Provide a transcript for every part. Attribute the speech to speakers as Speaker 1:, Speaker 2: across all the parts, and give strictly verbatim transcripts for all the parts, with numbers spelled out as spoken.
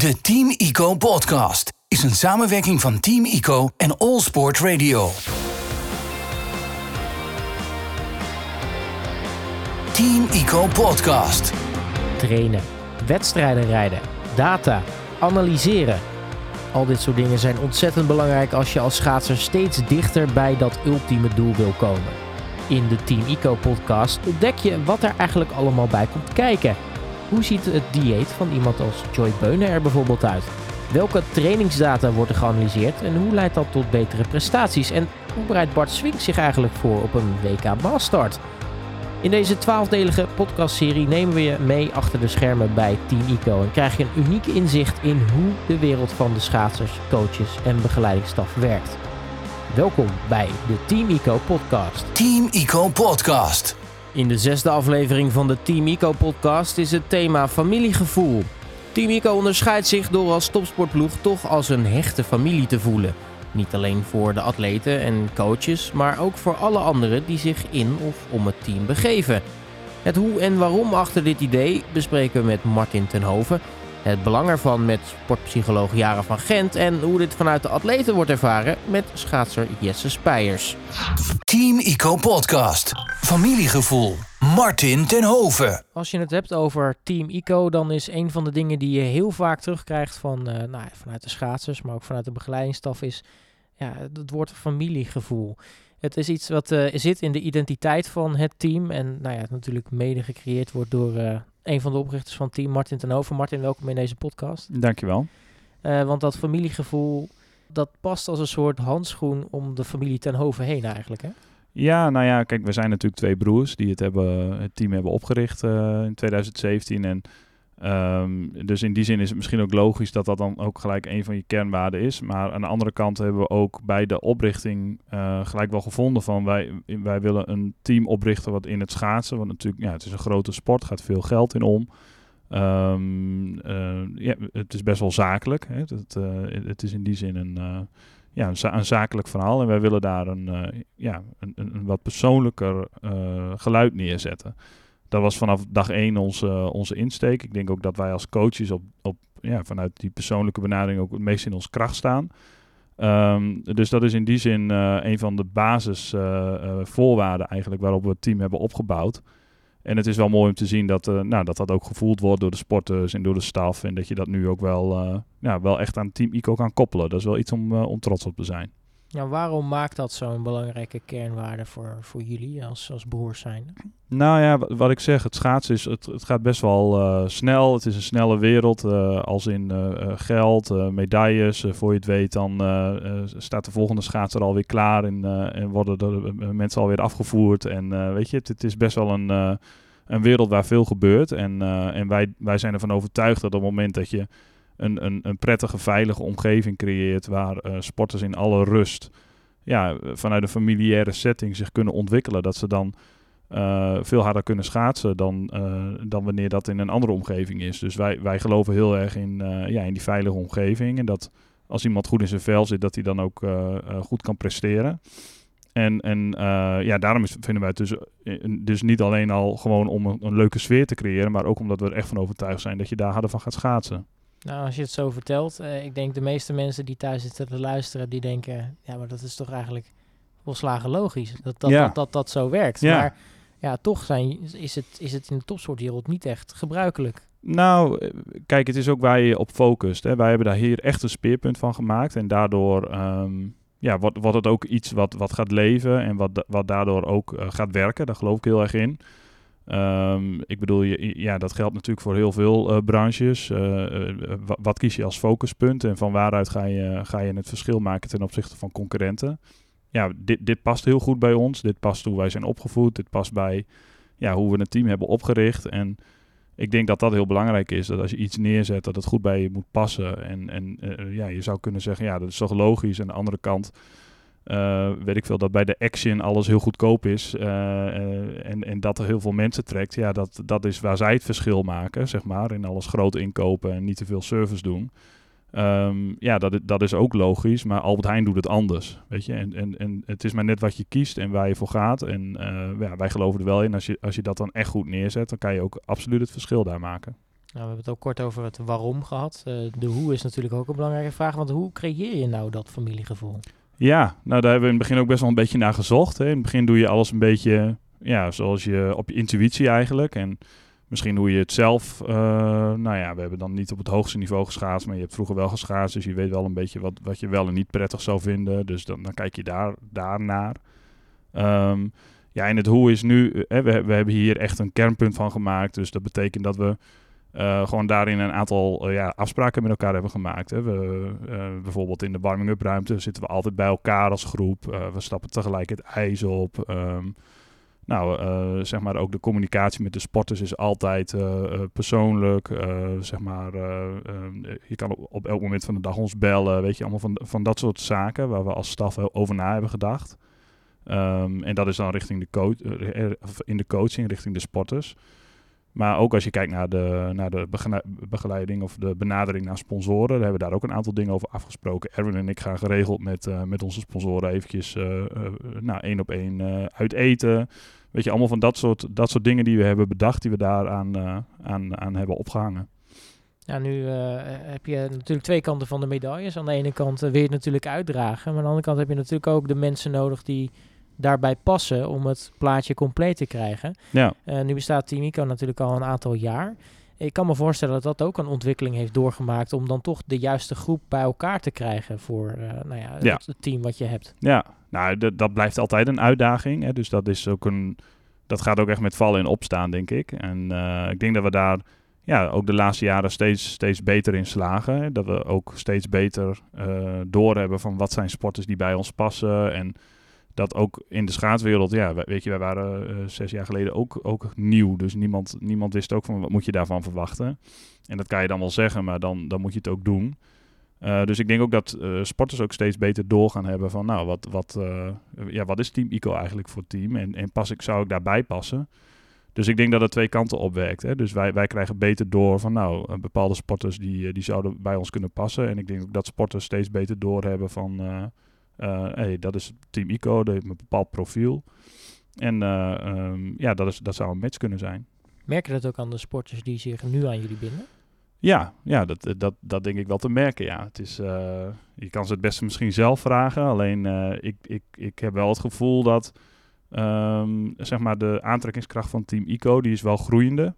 Speaker 1: De Team Ico podcast is een samenwerking van Team Ico en All Sport Radio. Team Ico podcast.
Speaker 2: Trainen, wedstrijden rijden, data, analyseren. Al dit soort dingen zijn ontzettend belangrijk als je als schaatser steeds dichter bij dat ultieme doel wil komen. In de Team Ico podcast ontdek je wat er eigenlijk allemaal bij komt kijken. Hoe ziet het dieet van iemand als Joy Beunen er bijvoorbeeld uit? Welke trainingsdata worden geanalyseerd en hoe leidt dat tot betere prestaties? En hoe bereidt Bart Swink zich eigenlijk voor op een W K Maastart? In deze twaalfdelige podcastserie nemen we je mee achter de schermen bij Team Ico en krijg je een uniek inzicht in hoe de wereld van de schaatsers, coaches en begeleidingsstaf werkt. Welkom bij de Team Ico podcast.
Speaker 1: Team Ico podcast.
Speaker 2: In de zesde aflevering van de Team Ico podcast is het thema familiegevoel. Team Ico onderscheidt zich door als topsportploeg toch als een hechte familie te voelen. Niet alleen voor de atleten en coaches, maar ook voor alle anderen die zich in of om het team begeven. Het hoe en waarom achter dit idee bespreken we met Martin ten Hove. Het belang ervan met sportpsycholoog Jara van Gent en hoe dit vanuit de atleten wordt ervaren met schaatser Jesse Spijers.
Speaker 1: Team Ico podcast. Familiegevoel. Martin ten Hove.
Speaker 2: Als je het hebt over Team Ico, dan is een van de dingen die je heel vaak terugkrijgt van, uh, nou, vanuit de schaatsers, maar ook vanuit de begeleidingsstaf is ja, het woord familiegevoel. Het is iets wat uh, zit in de identiteit van het team en nou ja, het natuurlijk mede gecreëerd wordt door uh, een van de oprichters van het team, Martin ten Hove. Martin, welkom in deze podcast.
Speaker 3: Dankjewel.
Speaker 2: Uh, want dat familiegevoel, dat past als een soort handschoen om de familie ten Hove heen eigenlijk, hè?
Speaker 3: Ja, nou ja, kijk, we zijn natuurlijk twee broers die het, hebben, het team hebben opgericht uh, in twintig zeventien. En um, dus in die zin is het misschien ook logisch dat dat dan ook gelijk een van je kernwaarden is. Maar aan de andere kant hebben we ook bij de oprichting uh, gelijk wel gevonden van wij, wij willen een team oprichten wat in het schaatsen, want natuurlijk, ja, het is een grote sport, gaat veel geld in om. Um, uh, ja, het is best wel zakelijk. Hè? Het, uh, het is in die zin een... Uh, Ja, een, za- een zakelijk verhaal en wij willen daar een, uh, ja, een, een, een wat persoonlijker uh, geluid neerzetten. Dat was vanaf dag één onze, onze insteek. Ik denk ook dat wij als coaches op, op, ja, vanuit die persoonlijke benadering ook het meest in onze kracht staan. Um, dus dat is in die zin uh, een van de basisvoorwaarden uh, uh, eigenlijk waarop we het team hebben opgebouwd. En het is wel mooi om te zien dat, uh, nou, dat dat ook gevoeld wordt door de sporters en door de staf. En dat je dat nu ook wel, uh, ja, wel echt aan Team Ico kan koppelen. Dat is wel iets om, uh, om trots op te zijn.
Speaker 2: Ja, waarom maakt dat zo'n belangrijke kernwaarde voor, voor jullie als, als broers zijn?
Speaker 3: Nou ja, wat, wat ik zeg, het schaatsen is, het, het gaat best wel uh, snel. Het is een snelle wereld, uh, als in uh, geld, uh, medailles. Uh, voor je het weet, dan uh, uh, staat de volgende schaatser alweer klaar en, uh, en worden de uh, mensen alweer afgevoerd. En uh, weet je, het, het is best wel een, uh, een wereld waar veel gebeurt. En, uh, en wij, wij zijn ervan overtuigd dat op het moment dat je een, een, een prettige, veilige omgeving creëert waar uh, sporters in alle rust, ja, vanuit een familiaire setting zich kunnen ontwikkelen, dat ze dan Uh, veel harder kunnen schaatsen dan, uh, dan wanneer dat in een andere omgeving is. Dus wij, wij geloven heel erg in, uh, ja, in die veilige omgeving. En dat als iemand goed in zijn vel zit, dat hij dan ook uh, uh, goed kan presteren. En, en uh, ja, daarom is, vinden wij het dus, dus niet alleen al gewoon om een, een leuke sfeer te creëren, maar ook omdat we er echt van overtuigd zijn dat je daar harder van gaat schaatsen.
Speaker 2: Nou, als je het zo vertelt, uh, ik denk de meeste mensen die thuis zitten te luisteren, die denken, ja, maar dat is toch eigenlijk volslagen logisch. Dat dat,
Speaker 3: Ja.
Speaker 2: dat, dat, dat zo werkt.
Speaker 3: Ja.
Speaker 2: Maar ja, toch zijn, is, het, is het in de topsportwereld niet echt gebruikelijk.
Speaker 3: Nou, kijk, het is ook waar je op focust. Hè. Wij hebben daar hier echt een speerpunt van gemaakt. En daardoor um, ja, wordt, wordt het ook iets wat, wat gaat leven en wat, wat daardoor ook uh, gaat werken. Daar geloof ik heel erg in. Um, ik bedoel, je, ja, dat geldt natuurlijk voor heel veel uh, branches. Uh, uh, wat, wat kies je als focuspunt en van waaruit ga je, ga je het verschil maken ten opzichte van concurrenten? Ja, dit, dit past heel goed bij ons. Dit past hoe wij zijn opgevoed. Dit past bij ja, hoe we een team hebben opgericht. En ik denk dat dat heel belangrijk is. Dat als je iets neerzet, dat het goed bij je moet passen. En, en uh, ja, je zou kunnen zeggen, ja, dat is toch logisch. Aan de andere kant uh, weet ik veel dat bij de Action alles heel goedkoop is. Uh, uh, en, en dat er heel veel mensen trekt. Ja, dat, dat is waar zij het verschil maken, zeg maar. In alles groot inkopen en niet te veel service doen. Um, ja, dat, dat is ook logisch, maar Albert Heijn doet het anders, weet je. En, en, en het is maar net wat je kiest en waar je voor gaat. En uh, ja, wij geloven er wel in, als je, als je dat dan echt goed neerzet, dan kan je ook absoluut het verschil daar maken.
Speaker 2: Nou, we hebben het ook kort over het waarom gehad. Uh, de hoe is natuurlijk ook een belangrijke vraag. Want hoe creëer je nou dat familiegevoel?
Speaker 3: Ja, nou daar hebben we in het begin ook best wel een beetje naar gezocht. Hè. In het begin doe je alles een beetje ja, zoals je op je intuïtie eigenlijk. En misschien hoe je het zelf... Uh, nou ja, we hebben dan niet op het hoogste niveau geschaatst, maar je hebt vroeger wel geschaatst. Dus je weet wel een beetje wat, wat je wel en niet prettig zou vinden. Dus dan, dan kijk je daar, daar naar. Um, ja, en het hoe is nu... Uh, we, we hebben hier echt een kernpunt van gemaakt. Dus dat betekent dat we... Uh, gewoon daarin een aantal uh, ja, afspraken met elkaar hebben gemaakt. Hè. We, uh, bijvoorbeeld in de warming-up ruimte zitten we altijd bij elkaar als groep. Uh, we stappen tegelijk het ijs op. Um, nou, uh, zeg maar ook de communicatie met de sporters is altijd uh, uh, persoonlijk. Uh, zeg maar, uh, uh, je kan op, op elk moment van de dag ons bellen. Weet je, allemaal van, van dat soort zaken waar we als staf over na hebben gedacht. Um, en dat is dan richting de coach, uh, in de coaching, richting de sporters. Maar ook als je kijkt naar de, naar de begeleiding of de benadering naar sponsoren, daar hebben we daar ook een aantal dingen over afgesproken. Erwin en ik gaan geregeld met, uh, met onze sponsoren eventjes uh, uh, nou, één op één uh, uit eten. Weet je, allemaal van dat soort, dat soort dingen die we hebben bedacht, die we daaraan uh, aan, aan hebben opgehangen.
Speaker 2: Ja, nu uh, heb je natuurlijk twee kanten van de medailles. Aan de ene kant uh, wil je het natuurlijk uitdragen, maar aan de andere kant heb je natuurlijk ook de mensen nodig die daarbij passen om het plaatje compleet te krijgen. Ja. Uh, nu bestaat Team Ico natuurlijk al een aantal jaar. Ik kan me voorstellen dat dat ook een ontwikkeling heeft doorgemaakt om dan toch de juiste groep bij elkaar te krijgen voor uh, nou ja, ja. Het, het team wat je hebt.
Speaker 3: Ja, nou d- dat blijft altijd een uitdaging. Hè? Dus dat is ook een, dat gaat ook echt met vallen en opstaan, denk ik. En uh, ik denk dat we daar ja, ook de laatste jaren steeds, steeds beter in slagen. Hè? Dat we ook steeds beter uh, doorhebben van wat zijn sporters die bij ons passen en dat ook in de schaatswereld, ja, weet je, wij waren uh, zes jaar geleden ook, ook nieuw. Dus niemand, niemand wist ook van wat moet je daarvan verwachten. En dat kan je dan wel zeggen, maar dan, dan moet je het ook doen. Uh, dus ik denk ook dat uh, sporters ook steeds beter door gaan hebben van, nou, wat, wat, uh, ja, wat is Team Ico eigenlijk voor team? En, en pas ik, zou ik daarbij passen? Dus ik denk dat het twee kanten opwerkt. Hè? Dus wij, wij krijgen beter door van, nou, bepaalde sporters die, die zouden bij ons kunnen passen. En ik denk ook dat sporters steeds beter doorhebben van... Uh, Uh, hey, dat is Team Ico, dat heeft een bepaald profiel. En uh, um, ja, dat, is, dat zou een match kunnen zijn.
Speaker 2: Merk je dat ook aan de sporters die zich nu aan jullie binden?
Speaker 3: Ja, ja dat, dat, dat denk ik wel te merken, ja. Het is, uh, je kan ze het beste misschien zelf vragen. Alleen uh, ik, ik, ik heb wel het gevoel dat um, zeg maar de aantrekkingskracht van Team Ico, die is wel groeiende.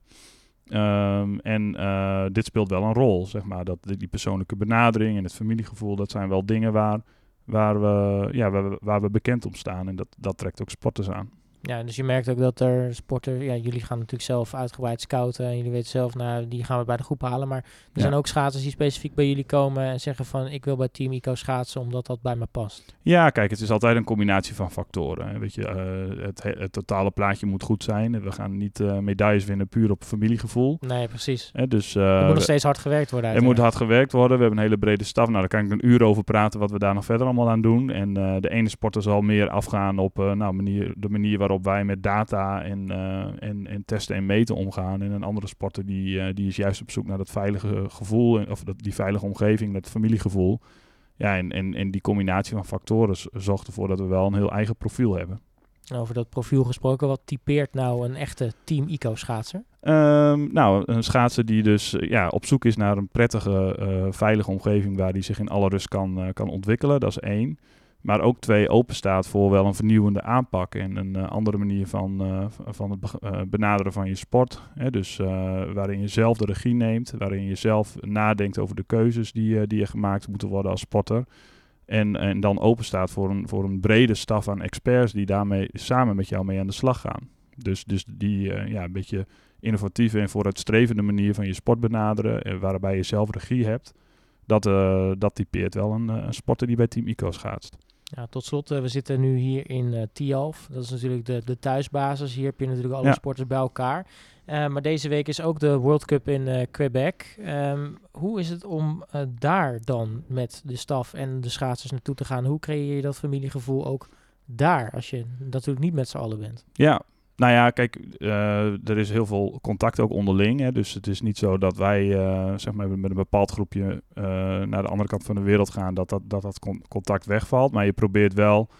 Speaker 3: Um, en uh, dit speelt wel een rol, zeg maar. Dat, die persoonlijke benadering en het familiegevoel, dat zijn wel dingen waar... Waar we, ja, waar, we, waar we bekend om staan. En dat, dat trekt ook sporters aan.
Speaker 2: Ja, dus je merkt ook dat er sporters... Ja, jullie gaan natuurlijk zelf uitgebreid scouten. En jullie weten zelf, nou, die gaan we bij de groep halen. Maar er ja. zijn ook schaatsers die specifiek bij jullie komen en zeggen van... ik wil bij Team Ico schaatsen omdat dat bij me past.
Speaker 3: Ja, kijk, het is altijd een combinatie van factoren. Hè. Weet je, uh, het, het totale plaatje moet goed zijn. We gaan niet uh, medailles winnen puur op familiegevoel.
Speaker 2: Nee, precies.
Speaker 3: Hè, dus, uh,
Speaker 2: er moet nog steeds hard gewerkt worden.
Speaker 3: Er moet hard gewerkt worden. We hebben een hele brede staf. Nou, daar kan ik een uur over praten wat we daar nog verder allemaal aan doen. En uh, de ene sporter zal meer afgaan op uh, nou, manier, de manier waarop wij met data en, uh, en, en testen en meten omgaan. En een andere sporter die, uh, die is juist op zoek naar dat veilige gevoel, en, of dat, die veilige omgeving, dat familiegevoel. Ja, en, en, en die combinatie van factoren z- zorgt ervoor dat we wel een heel eigen profiel hebben.
Speaker 2: Over dat profiel gesproken, wat typeert nou een echte Team Ico schaatser?
Speaker 3: Um, nou, een schaatser die dus uh, ja, op zoek is naar een prettige, uh, veilige omgeving waar hij zich in alle rust kan, uh, kan ontwikkelen. Dat is één. Maar ook twee, open staat voor wel een vernieuwende aanpak en een uh, andere manier van, uh, van het be- uh, benaderen van je sport. Hè? Dus uh, waarin je zelf de regie neemt, waarin je zelf nadenkt over de keuzes die, uh, die er gemaakt moeten worden als sporter. En, en dan open staat voor een, voor een brede staf aan experts die daarmee samen met jou mee aan de slag gaan. Dus, dus die uh, ja, een beetje innovatieve en vooruitstrevende manier van je sport benaderen, uh, waarbij je zelf regie hebt, dat, uh, dat typeert wel een, een sporter die bij Team Ico schaatst.
Speaker 2: Ja, tot slot, uh, we zitten nu hier in uh, Tialf. Dat is natuurlijk de, de thuisbasis. Hier heb je natuurlijk alle ja. sporters bij elkaar. Uh, maar deze week is ook de World Cup in uh, Quebec. Um, hoe is het om uh, daar dan met de staf en de schaatsers naartoe te gaan? Hoe creëer je dat familiegevoel ook daar, als je natuurlijk niet met z'n allen bent?
Speaker 3: Ja, nou ja, kijk, uh, er is heel veel contact ook onderling. Hè, dus het is niet zo dat wij uh, zeg maar met een bepaald groepje uh, naar de andere kant van de wereld gaan, dat dat, dat, dat contact wegvalt. Maar je probeert wel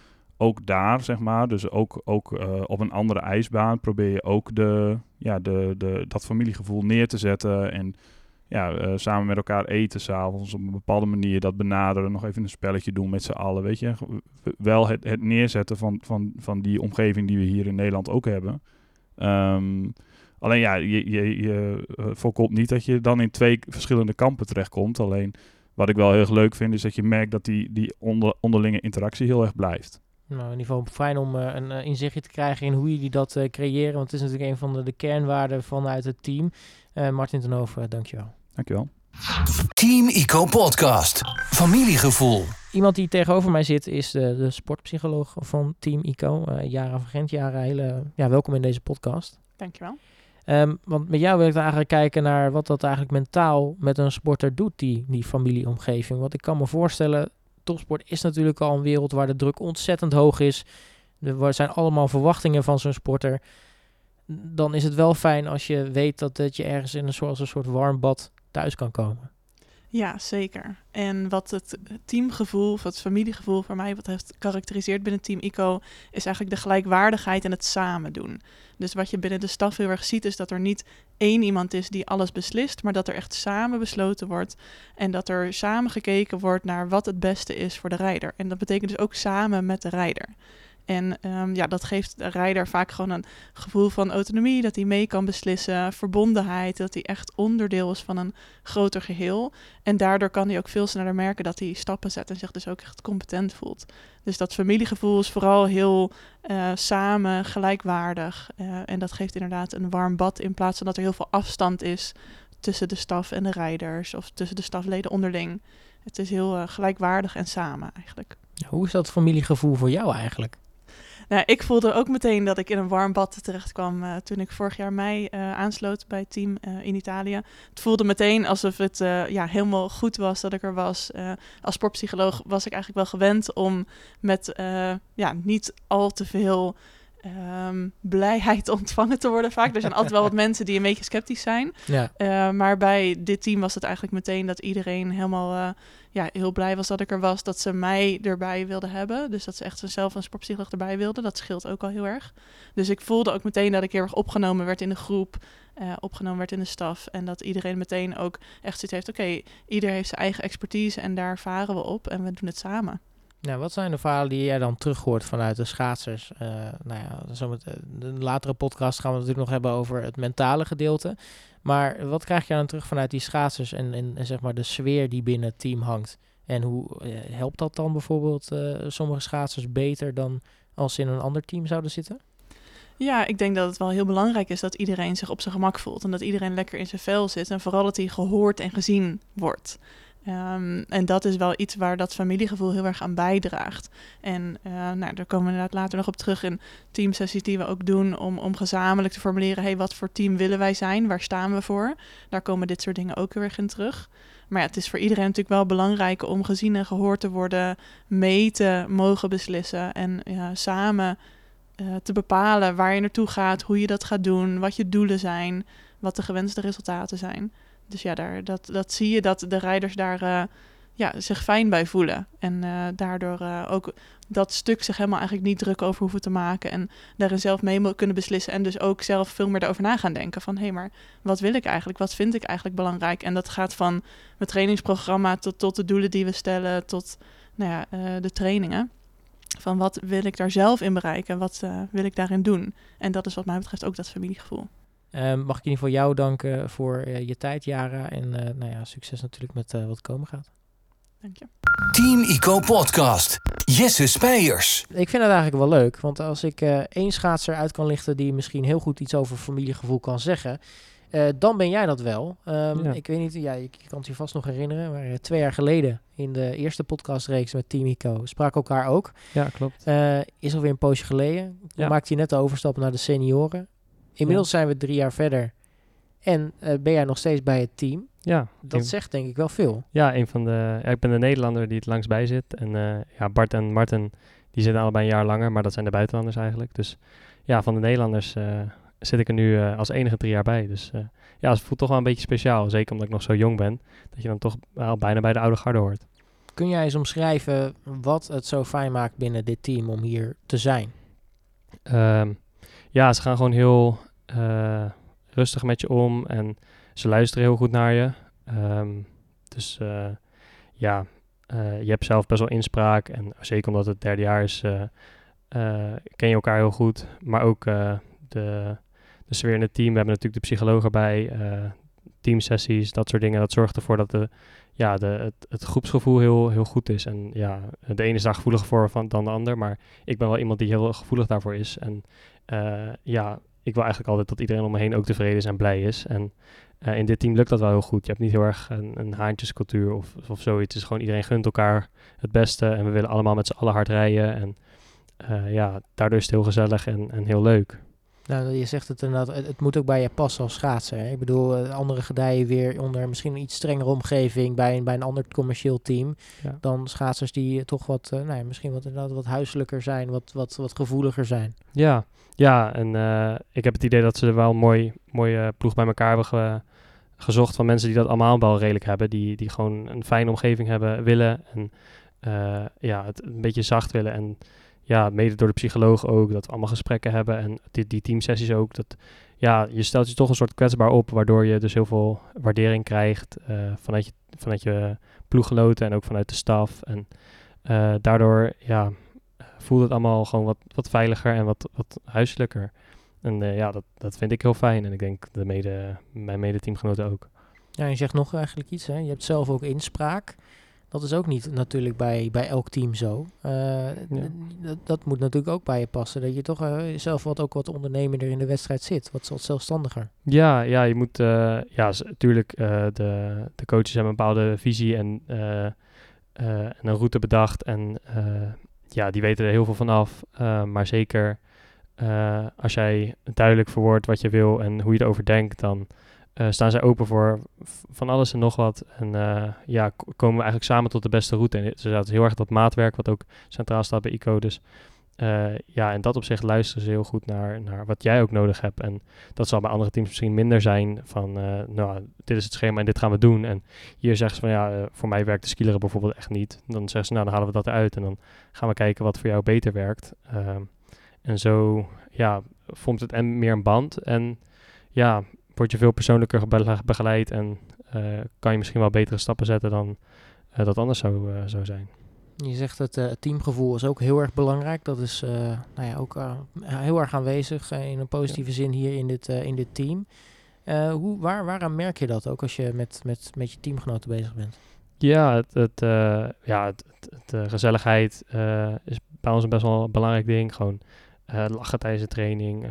Speaker 3: ook daar, zeg maar, dus ook, ook uh, op een andere ijsbaan probeer je ook de, ja, de, de, dat familiegevoel neer te zetten. En ja, uh, samen met elkaar eten s'avonds op een bepaalde manier, dat benaderen, nog even een spelletje doen met z'n allen, weet je. Wel het, het neerzetten van, van, van die omgeving die we hier in Nederland ook hebben. Um, alleen ja, je, je, je uh, voorkomt niet dat je dan in twee verschillende kampen terechtkomt. Alleen wat ik wel heel erg leuk vind, is dat je merkt dat die, die onder, onderlinge interactie heel erg blijft.
Speaker 2: Nou, in ieder geval fijn om uh, een uh, inzichtje te krijgen in hoe jullie dat uh, creëren. Want het is natuurlijk een van de, de kernwaarden vanuit het team. Uh, Martin ten Hove, uh, dankjewel.
Speaker 3: Dankjewel.
Speaker 1: Team Ico Podcast. Familiegevoel.
Speaker 2: Iemand die tegenover mij zit is de, de sportpsycholoog van Team Ico. Uh, Jara van Gent. Jara, hele, ja, welkom in deze podcast.
Speaker 4: Dankjewel.
Speaker 2: Um, want met jou wil ik eigenlijk kijken naar wat dat eigenlijk mentaal met een sporter doet, die, die familieomgeving. Want ik kan me voorstellen, topsport is natuurlijk al een wereld waar de druk ontzettend hoog is. Er zijn allemaal verwachtingen van zo'n sporter. Dan is het wel fijn als je weet dat, dat je ergens in een soort, een soort warm bad thuis kan komen.
Speaker 4: Ja, zeker. En wat het teamgevoel, of het familiegevoel voor mij wat heeft karakteriseert binnen Team Ico, is eigenlijk de gelijkwaardigheid en het samen doen. Dus wat je binnen de staf heel erg ziet, is dat er niet één iemand is die alles beslist, maar dat er echt samen besloten wordt en dat er samen gekeken wordt naar wat het beste is voor de rijder. En dat betekent dus ook samen met de rijder. En um, ja, dat geeft de rijder vaak gewoon een gevoel van autonomie, dat hij mee kan beslissen, verbondenheid, dat hij echt onderdeel is van een groter geheel. En daardoor kan hij ook veel sneller merken dat hij stappen zet en zich dus ook echt competent voelt. Dus dat familiegevoel is vooral heel uh, samen, gelijkwaardig. Uh, en dat geeft inderdaad een warm bad in plaats van dat er heel veel afstand is tussen de staf en de rijders of tussen de stafleden onderling. Het is heel uh, gelijkwaardig en samen eigenlijk.
Speaker 2: Hoe is dat familiegevoel voor jou eigenlijk?
Speaker 4: Nou, ik voelde ook meteen dat ik in een warm bad terecht kwam uh, toen ik vorig jaar mei uh, aansloot bij het team uh, in Italië. Het voelde meteen alsof het uh, ja, helemaal goed was dat ik er was. Uh, als sportpsycholoog was ik eigenlijk wel gewend om met uh, ja, niet al te veel um, blijheid ontvangen te worden vaak. Er zijn altijd wel wat mensen die een beetje sceptisch zijn. Ja. Uh, maar bij dit team was het eigenlijk meteen dat iedereen helemaal uh, ja, heel blij was dat ik er was. Dat ze mij erbij wilden hebben. Dus dat ze echt zelf een sportpsycholoog erbij wilden. Dat scheelt ook al heel erg. Dus ik voelde ook meteen dat ik heel erg opgenomen werd in de groep. Uh, opgenomen werd in de staf. En dat iedereen meteen ook echt zoiets heeft. Oké, okay, ieder heeft zijn eigen expertise en daar varen we op. En we doen het samen.
Speaker 2: Nou, wat zijn de verhalen die jij dan terug hoort vanuit de schaatsers? Uh, nou ja, zo met de latere podcast gaan we het natuurlijk nog hebben over het mentale gedeelte. Maar wat krijg je dan terug vanuit die schaatsers en, en, en zeg maar de sfeer die binnen het team hangt? En hoe uh, helpt dat dan bijvoorbeeld uh, sommige schaatsers beter dan als ze in een ander team zouden zitten?
Speaker 4: Ja, ik denk dat het wel heel belangrijk is dat iedereen zich op zijn gemak voelt. En dat iedereen lekker in zijn vel zit. En vooral dat hij gehoord en gezien wordt. Um, en dat is wel iets waar dat familiegevoel heel erg aan bijdraagt. En uh, nou, daar komen we inderdaad later nog op terug in teamsessies die we ook doen om, om gezamenlijk te formuleren, hey, wat voor team willen wij zijn? Waar staan we voor? Daar komen dit soort dingen ook heel erg in terug. Maar ja, het is voor iedereen natuurlijk wel belangrijk om gezien en gehoord te worden, mee te mogen beslissen en ja, samen uh, te bepalen waar je naartoe gaat, hoe je dat gaat doen, wat je doelen zijn, wat de gewenste resultaten zijn. Dus ja, daar, dat, dat zie je dat de rijders daar uh, ja, zich fijn bij voelen. En uh, daardoor uh, ook dat stuk zich helemaal eigenlijk niet druk over hoeven te maken. En daarin zelf mee kunnen beslissen. En dus ook zelf veel meer erover na gaan denken. Van hé, hey, maar wat wil ik eigenlijk? Wat vind ik eigenlijk belangrijk? En dat gaat van het trainingsprogramma tot, tot de doelen die we stellen. Tot nou ja, uh, de trainingen. Van wat wil ik daar zelf in bereiken? Wat uh, wil ik daarin doen? En dat is wat mij betreft ook dat familiegevoel.
Speaker 2: Uh, mag ik in ieder geval jou danken voor uh, je tijd, Jara. En uh, nou ja, succes natuurlijk met uh, wat komen gaat.
Speaker 4: Dank je.
Speaker 1: Team Ico Podcast. Jesse Speijers.
Speaker 2: Ik vind het eigenlijk wel leuk. Want als ik uh, één schaatser uit kan lichten die misschien heel goed iets over familiegevoel kan zeggen, uh, dan ben jij dat wel. Um, ja. Ik weet niet, ja, je, je kan het je vast nog herinneren, maar uh, twee jaar geleden in de eerste podcastreeks met Team Ico spraken elkaar ook.
Speaker 5: Ja, klopt.
Speaker 2: Uh, is alweer een poosje geleden. Ja. Maakte je net de overstap naar de senioren. Inmiddels ja. zijn we drie jaar verder en uh, ben jij nog steeds bij het team.
Speaker 5: Ja.
Speaker 2: Dat
Speaker 5: ik,
Speaker 2: zegt denk ik wel veel.
Speaker 5: Ja, een van de, ja, ik ben de Nederlander die het langst bij zit. En uh, ja, Bart en Marten, die zitten allebei een jaar langer, maar dat zijn de buitenlanders eigenlijk. Dus ja, van de Nederlanders uh, zit ik er nu uh, als enige drie jaar bij. Dus uh, ja, het voelt toch wel een beetje speciaal. Zeker omdat ik nog zo jong ben, dat je dan toch al bijna bij de oude garde hoort.
Speaker 2: Kun jij eens omschrijven wat het zo fijn maakt binnen dit team om hier te zijn?
Speaker 5: Um, ja, ze gaan gewoon heel uh, rustig met je om en ze luisteren heel goed naar je. Um, dus uh, ja, uh, je hebt zelf best wel inspraak en zeker omdat het derde jaar is, uh, uh, ken je elkaar heel goed. Maar ook uh, de, de sfeer in het team. We hebben natuurlijk de psycholoog erbij, uh, teamsessies, dat soort dingen. Dat zorgt ervoor dat de, ja, de, het, het groepsgevoel heel, heel goed is. En ja, de ene is daar gevoeliger voor van, dan de ander, maar ik ben wel iemand die heel gevoelig daarvoor is. En uh, ja, ik wil eigenlijk altijd dat iedereen om me heen ook tevreden is en blij is. En uh, in dit team lukt dat wel heel goed. Je hebt niet heel erg een, een haantjescultuur of, of zoiets. Het is gewoon iedereen gunt elkaar het beste en we willen allemaal met z'n allen hard rijden. En uh, ja, daardoor is het heel gezellig en, en heel leuk.
Speaker 2: Nou, je zegt het inderdaad, het, het moet ook bij je passen als schaatser. Hè? Ik bedoel, anderen gedijen weer onder misschien een iets strengere omgeving bij een, bij een ander commercieel team. Ja. Dan schaatsers die toch wat, uh, nou ja, misschien wat, inderdaad wat huiselijker zijn, wat, wat, wat gevoeliger zijn.
Speaker 5: Ja, ja en uh, ik heb het idee dat ze er wel een mooi, mooie ploeg bij elkaar hebben ge, gezocht van mensen die dat allemaal wel redelijk hebben. Die, die gewoon een fijne omgeving hebben, willen en uh, ja, het een beetje zacht willen en ja, mede door de psycholoog ook, dat we allemaal gesprekken hebben en die, die teamsessies ook. Dat, ja, je stelt je toch een soort kwetsbaar op, waardoor je dus heel veel waardering krijgt uh, vanuit, je, vanuit je ploeggenoten en ook vanuit de staf. En uh, daardoor ja, voelt het allemaal gewoon wat, wat veiliger en wat, wat huiselijker. En uh, ja, dat, dat vind ik heel fijn en ik denk de mede, mijn mede-teamgenoten ook.
Speaker 2: Ja, je zegt nog eigenlijk iets, hè? Je hebt zelf ook inspraak. Dat is ook niet natuurlijk bij, bij elk team zo. Uh, ja. d- dat moet natuurlijk ook bij je passen. Dat je toch uh, zelf wat, ook wat ondernemender in de wedstrijd zit. Wat, wat zelfstandiger.
Speaker 5: Ja, ja, je moet... Uh, ja, natuurlijk, uh, de, de coaches hebben een bepaalde visie en, uh, uh, en een route bedacht. En uh, ja, die weten er heel veel van af. Uh, maar zeker uh, als jij duidelijk verwoordt wat je wil en hoe je erover denkt, dan Uh, staan zij open voor v- van alles en nog wat. En uh, ja, k- komen we eigenlijk samen tot de beste route. En ze zaten heel erg dat maatwerk, wat ook centraal staat bij I C O. Dus uh, ja, in dat opzicht luisteren ze heel goed naar, naar wat jij ook nodig hebt. En dat zal bij andere teams misschien minder zijn van, uh, nou, dit is het schema en dit gaan we doen. En hier zeggen ze van, ja, uh, voor mij werkt de skileren bijvoorbeeld echt niet. Dan zeggen ze, nou, dan halen we dat eruit. En dan gaan we kijken wat voor jou beter werkt. Uh, en zo, ja, vormt het en meer een band. En ja, word je veel persoonlijker gebe- begeleid en uh, kan je misschien wel betere stappen zetten dan uh, dat anders zou, uh, zou zijn.
Speaker 2: Je zegt het uh, teamgevoel is ook heel erg belangrijk. Dat is uh, nou ja, ook uh, heel erg aanwezig uh, in een positieve ja. zin hier in dit, uh, in dit team. Uh, hoe, waar, waaraan merk je dat ook als je met, met, met je teamgenoten bezig bent?
Speaker 5: Ja, het, het, uh, ja, het, het, het uh, gezelligheid uh, is bij ons een best wel een belangrijk ding. Gewoon uh, lachen tijdens de training, uh,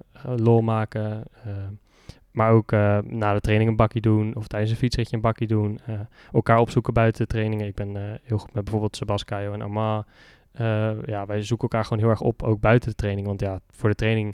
Speaker 5: lol maken. Uh, Maar ook uh, na de training een bakkie doen of tijdens een fietsritje een bakkie doen. Uh, elkaar opzoeken buiten de trainingen. Ik ben uh, heel goed met bijvoorbeeld Sebas, Kajo en Arma. Uh, ja, wij zoeken elkaar gewoon heel erg op, ook buiten de training. Want ja, voor de training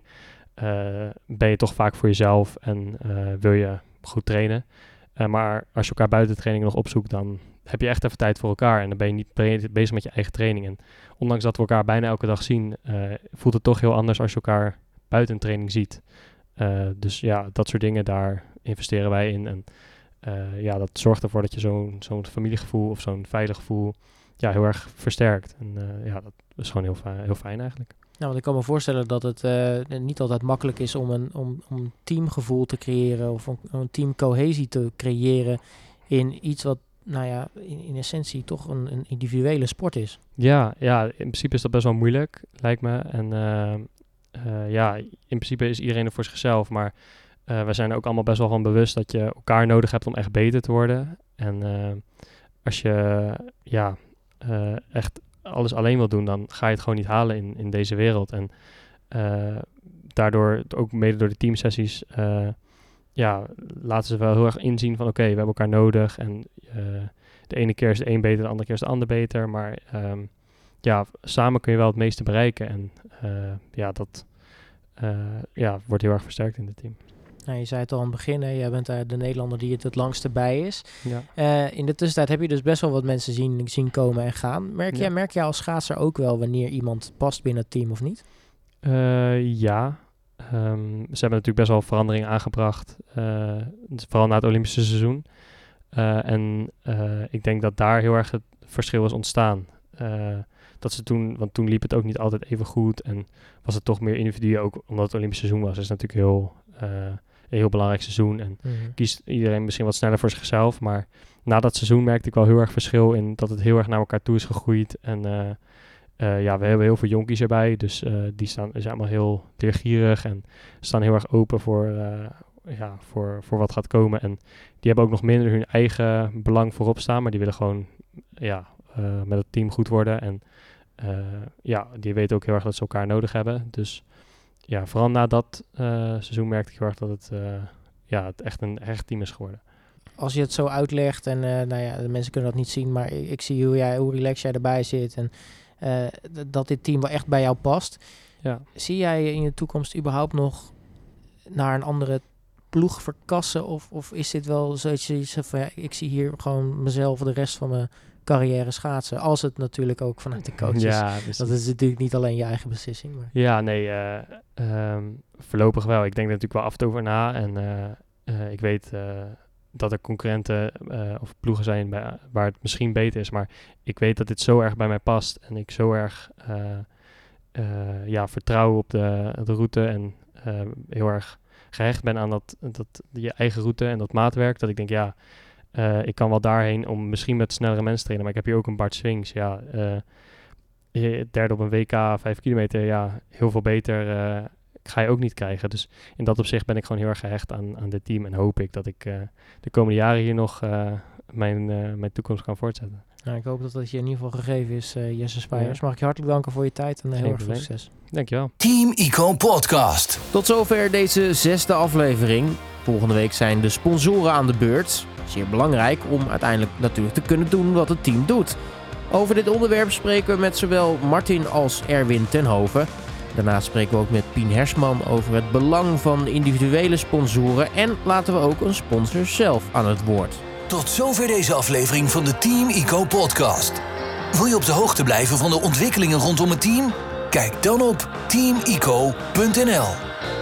Speaker 5: uh, ben je toch vaak voor jezelf en uh, wil je goed trainen. Uh, maar als je elkaar buiten de training nog opzoekt, dan heb je echt even tijd voor elkaar. En dan ben je niet be- bezig met je eigen training. En ondanks dat we elkaar bijna elke dag zien, uh, voelt het toch heel anders als je elkaar buiten een training ziet. Uh, dus ja, dat soort dingen, daar investeren wij in. En uh, ja, dat zorgt ervoor dat je zo'n, zo'n familiegevoel of zo'n veilig gevoel ja, heel erg versterkt. En uh, ja, dat is gewoon heel, fi- heel fijn eigenlijk.
Speaker 2: Nou, want ik kan me voorstellen dat het uh, niet altijd makkelijk is om een om, om teamgevoel te creëren of een, een teamcohesie te creëren in iets wat, nou ja, in, in essentie toch een, een individuele sport is.
Speaker 5: Ja, ja, in principe is dat best wel moeilijk, lijkt me. En uh, Uh, ja, in principe is iedereen er voor zichzelf, maar uh, we zijn er ook allemaal best wel van bewust dat je elkaar nodig hebt om echt beter te worden. En uh, als je ja, uh, echt alles alleen wil doen, dan ga je het gewoon niet halen in, in deze wereld. En uh, daardoor, ook mede door de teamsessies, uh, ja, laten ze wel heel erg inzien van oké, okay, we hebben elkaar nodig. En uh, de ene keer is de een beter, de andere keer is de ander beter, maar Um, ja, samen kun je wel het meeste bereiken. En uh, ja, dat uh, ja, wordt heel erg versterkt in het team.
Speaker 2: Nou, je zei het al aan het begin, hè? Jij bent uh, de Nederlander die het het langste bij is.
Speaker 5: Ja.
Speaker 2: Uh, in de tussentijd heb je dus best wel wat mensen zien, zien komen en gaan. Merk, ja. jij, merk jij als schaatser ook wel wanneer iemand past binnen het team of niet?
Speaker 5: Uh, ja. Um, ze hebben natuurlijk best wel veranderingen aangebracht. Uh, vooral na het Olympische seizoen. Uh, en uh, ik denk dat daar heel erg het verschil is ontstaan. Uh, dat ze toen, want toen liep het ook niet altijd even goed en was het toch meer individueel, ook omdat het Olympisch seizoen was. Het is natuurlijk heel, uh, een heel belangrijk seizoen en mm-hmm. kiest iedereen misschien wat sneller voor zichzelf. Maar na dat seizoen merkte ik wel heel erg verschil in dat het heel erg naar elkaar toe is gegroeid. En uh, uh, ja, we hebben heel veel jonkies erbij, dus uh, die staan, zijn allemaal heel leergierig en staan heel erg open voor, uh, ja, voor, voor wat gaat komen. En die hebben ook nog minder hun eigen belang voorop staan, maar die willen gewoon ja, uh, met het team goed worden. En uh, ja, die weten ook heel erg dat ze elkaar nodig hebben. Dus ja, vooral na dat uh, seizoen merkte ik heel erg dat het, uh, ja, het echt een echt team is geworden.
Speaker 2: Als je het zo uitlegt en uh, nou ja, de mensen kunnen dat niet zien, maar ik, ik zie hoe, jij, hoe relaxed jij erbij zit en uh, d- dat dit team wel echt bij jou past.
Speaker 5: Ja.
Speaker 2: Zie jij in de toekomst überhaupt nog naar een andere ploeg verkassen? Of, of is dit wel zoiets van, ja, ik zie hier gewoon mezelf de rest van mijn carrière schaatsen? Als het natuurlijk ook vanuit de coach is.
Speaker 5: Ja, dus
Speaker 2: dat is natuurlijk niet alleen je eigen beslissing. Maar.
Speaker 5: Ja, nee, uh, um, voorlopig wel. Ik denk er natuurlijk wel af en toe over na. En uh, uh, ik weet uh, dat er concurrenten uh, of ploegen zijn bij, waar het misschien beter is. Maar ik weet dat dit zo erg bij mij past. En ik zo erg uh, uh, ja, vertrouw op de, de route. En uh, heel erg gehecht ben aan dat, dat je eigen route en dat maatwerk. Dat ik denk, ja, uh, ik kan wel daarheen om misschien met snellere mensen te trainen. Maar ik heb hier ook een Bart Swings. Ja, uh, derde op een W K, vijf kilometer. Ja, heel veel beter uh, ga je ook niet krijgen. Dus in dat opzicht ben ik gewoon heel erg gehecht aan, aan dit team. En hoop ik dat ik uh, de komende jaren hier nog uh, mijn, uh, mijn toekomst kan voortzetten.
Speaker 2: Nou, ik hoop dat dat je in ieder geval gegeven is, uh, Jesse Spijers. Ja. Mag ik je hartelijk danken voor je tijd en uh, heel erg veel succes.
Speaker 5: Dankjewel.
Speaker 1: Team Ico Podcast.
Speaker 2: Tot zover deze zesde aflevering. Volgende week zijn de sponsoren aan de beurt. Zeer belangrijk om uiteindelijk natuurlijk te kunnen doen wat het team doet. Over dit onderwerp spreken we met zowel Martin als Erwin Tenhoven. Daarnaast spreken we ook met Pien Hersman over het belang van individuele sponsoren. En laten we ook een sponsor zelf aan het woord.
Speaker 1: Tot zover deze aflevering van de Team Ico Podcast. Wil je op de hoogte blijven van de ontwikkelingen rondom het team? Kijk dan op team ico punt n l.